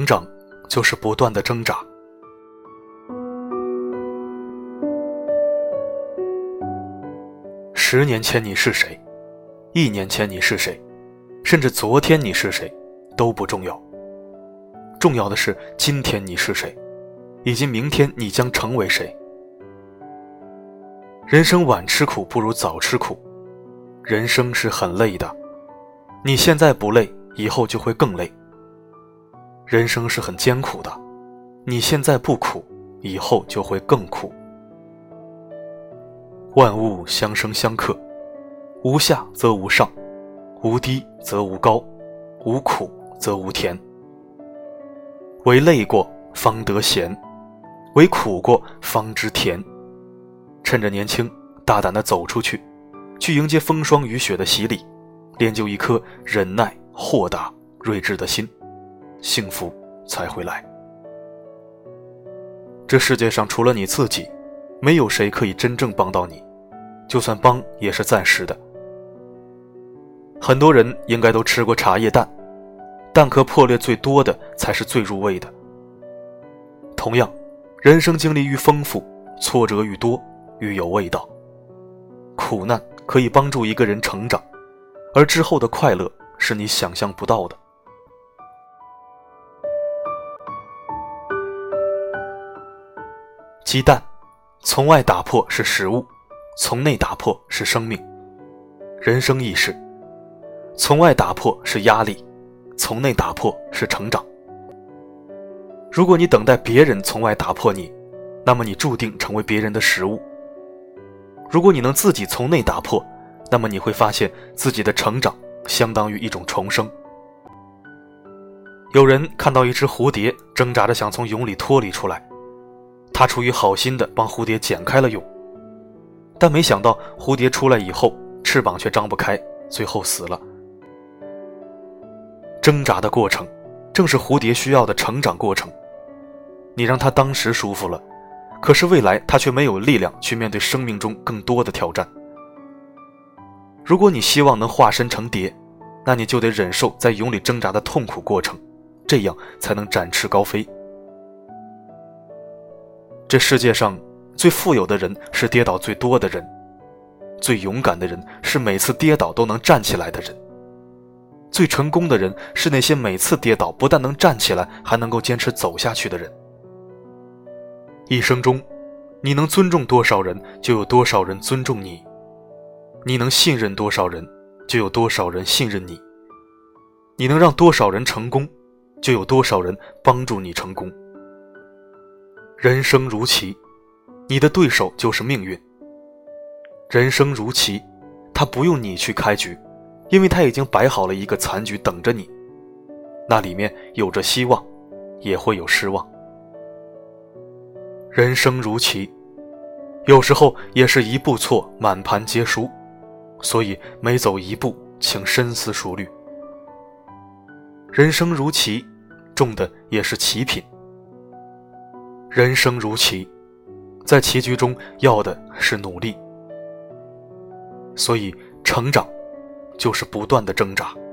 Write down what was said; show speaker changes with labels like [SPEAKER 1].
[SPEAKER 1] 成长就是不断的挣扎。10年前你是谁，1年前你是谁，甚至昨天你是谁都不重要，重要的是今天你是谁，以及明天你将成为谁。人生晚吃苦不如早吃苦，人生是很累的，你现在不累，以后就会更累。人生是很艰苦的，你现在不苦，以后就会更苦。万物相生相克，无下则无上，无低则无高，无苦则无甜。唯累过方得咸，唯苦过方知甜。趁着年轻，大胆地走出去，去迎接风霜雨雪的洗礼，练就一颗忍耐、豁达、睿智的心，幸福才会来。这世界上除了你自己，没有谁可以真正帮到你，就算帮也是暂时的。很多人应该都吃过茶叶蛋，蛋壳破裂最多的才是最入味的。同样，人生经历愈丰富，挫折愈多，愈有味道。苦难可以帮助一个人成长，而之后的快乐是你想象不到的。鸡蛋，从外打破是食物，从内打破是生命。人生亦是，从外打破是压力，从内打破是成长。如果你等待别人从外打破你，那么你注定成为别人的食物。如果你能自己从内打破，那么你会发现自己的成长相当于一种重生。有人看到一只蝴蝶挣扎着想从蛹里脱离出来，他出于好心的帮蝴蝶剪开了蛹，但没想到蝴蝶出来以后，翅膀却张不开，最后死了。挣扎的过程正是蝴蝶需要的成长过程。你让它当时舒服了，可是未来它却没有力量去面对生命中更多的挑战。如果你希望能化身成蝶，那你就得忍受在蛹里挣扎的痛苦过程，这样才能展翅高飞。这世界上最富有的人是跌倒最多的人，最勇敢的人是每次跌倒都能站起来的人，最成功的人是那些每次跌倒不但能站起来，还能够坚持走下去的人。一生中，你能尊重多少人，就有多少人尊重你；你能信任多少人，就有多少人信任你；你能让多少人成功，就有多少人帮助你成功。人生如棋，你的对手就是命运。人生如棋，他不用你去开局，因为他已经摆好了一个残局等着你，那里面有着希望，也会有失望。人生如棋，有时候也是一步错，满盘皆输，所以每走一步，请深思熟虑。人生如棋，重的也是棋品。人生如棋，在棋局中要的是努力。所以成长就是不断的挣扎。